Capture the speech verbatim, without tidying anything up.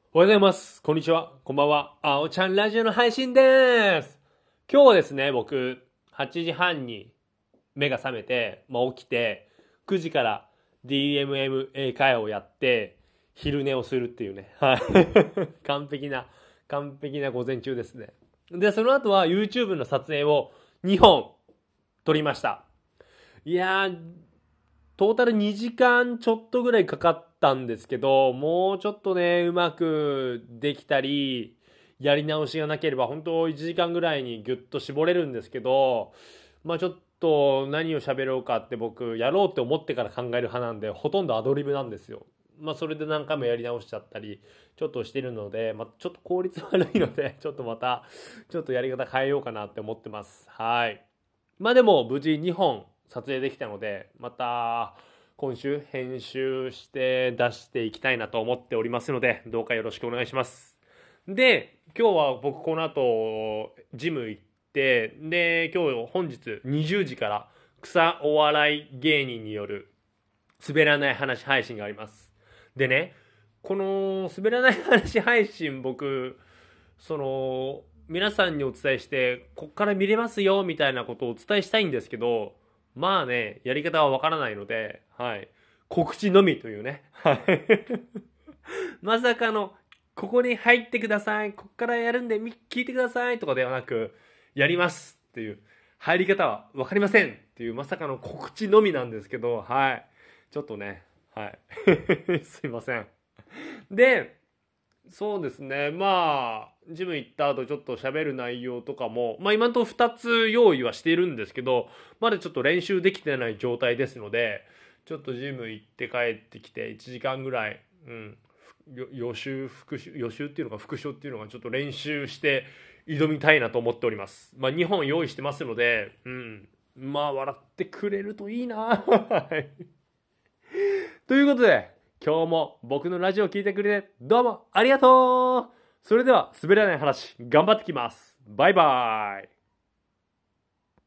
おはようございます。こんにちは。こんばんは。あおちゃんラジオの配信です。今日はですね、僕、はちじはんに目が覚めて、まあ、起きて、くじから ディーエムエム 英会話をやって、昼寝をするっていうね。はい。完璧な、完璧な午前中ですね。で、その後は YouTube の撮影をにほん撮りました。いやー、トータルにじかんちょっとぐらいかかったんですけど、もうちょっとね、うまくできたり、やり直しがなければ、本当いちじかんぐらいにギュッと絞れるんですけど、まあちょっと何を喋ろうかって僕、やろうって思ってから考える派なんで、ほとんどアドリブなんですよ。まあそれで何回もやり直しちゃったり、ちょっとしてるので、まあちょっと効率悪いので、ちょっとまた、ちょっとやり方変えようかなって思ってます。はい。まあでも無事にほん撮影できたので、また今週編集して出していきたいなと思っておりますので、どうかよろしくお願いします。で、今日は僕この後ジム行って、で、今日本日にじゅうじから草お笑い芸人による滑らない話配信があります。でね、この滑らない話配信僕、その、皆さんにお伝えして、こっから見れますよ、みたいなことをお伝えしたいんですけど、まあね、やり方はわからないので、はい。告知のみというね。はい。まさかの、ここに入ってください。こっからやるんで、聞いてください。とかではなく、やりますっていう、入り方はわかりませんっていう、まさかの告知のみなんですけど、はい。ちょっとね、はい。すいません。で、そうですね。まあ、ジム行った後ちょっと喋る内容とかも、まあ今のところふたつ用意はしているんですけど、まだちょっと練習できてない状態ですので、ちょっとジム行って帰ってきていちじかんぐらい、うん、予習、復習、予習っていうのか復習っていうのがちょっと練習して挑みたいなと思っております。まあにほん用意してますので、うん。まあ笑ってくれるといいな。ということで、今日も僕のラジオを聞いてくれてどうもありがとう。それでは滑らない話頑張ってきます。バイバイ。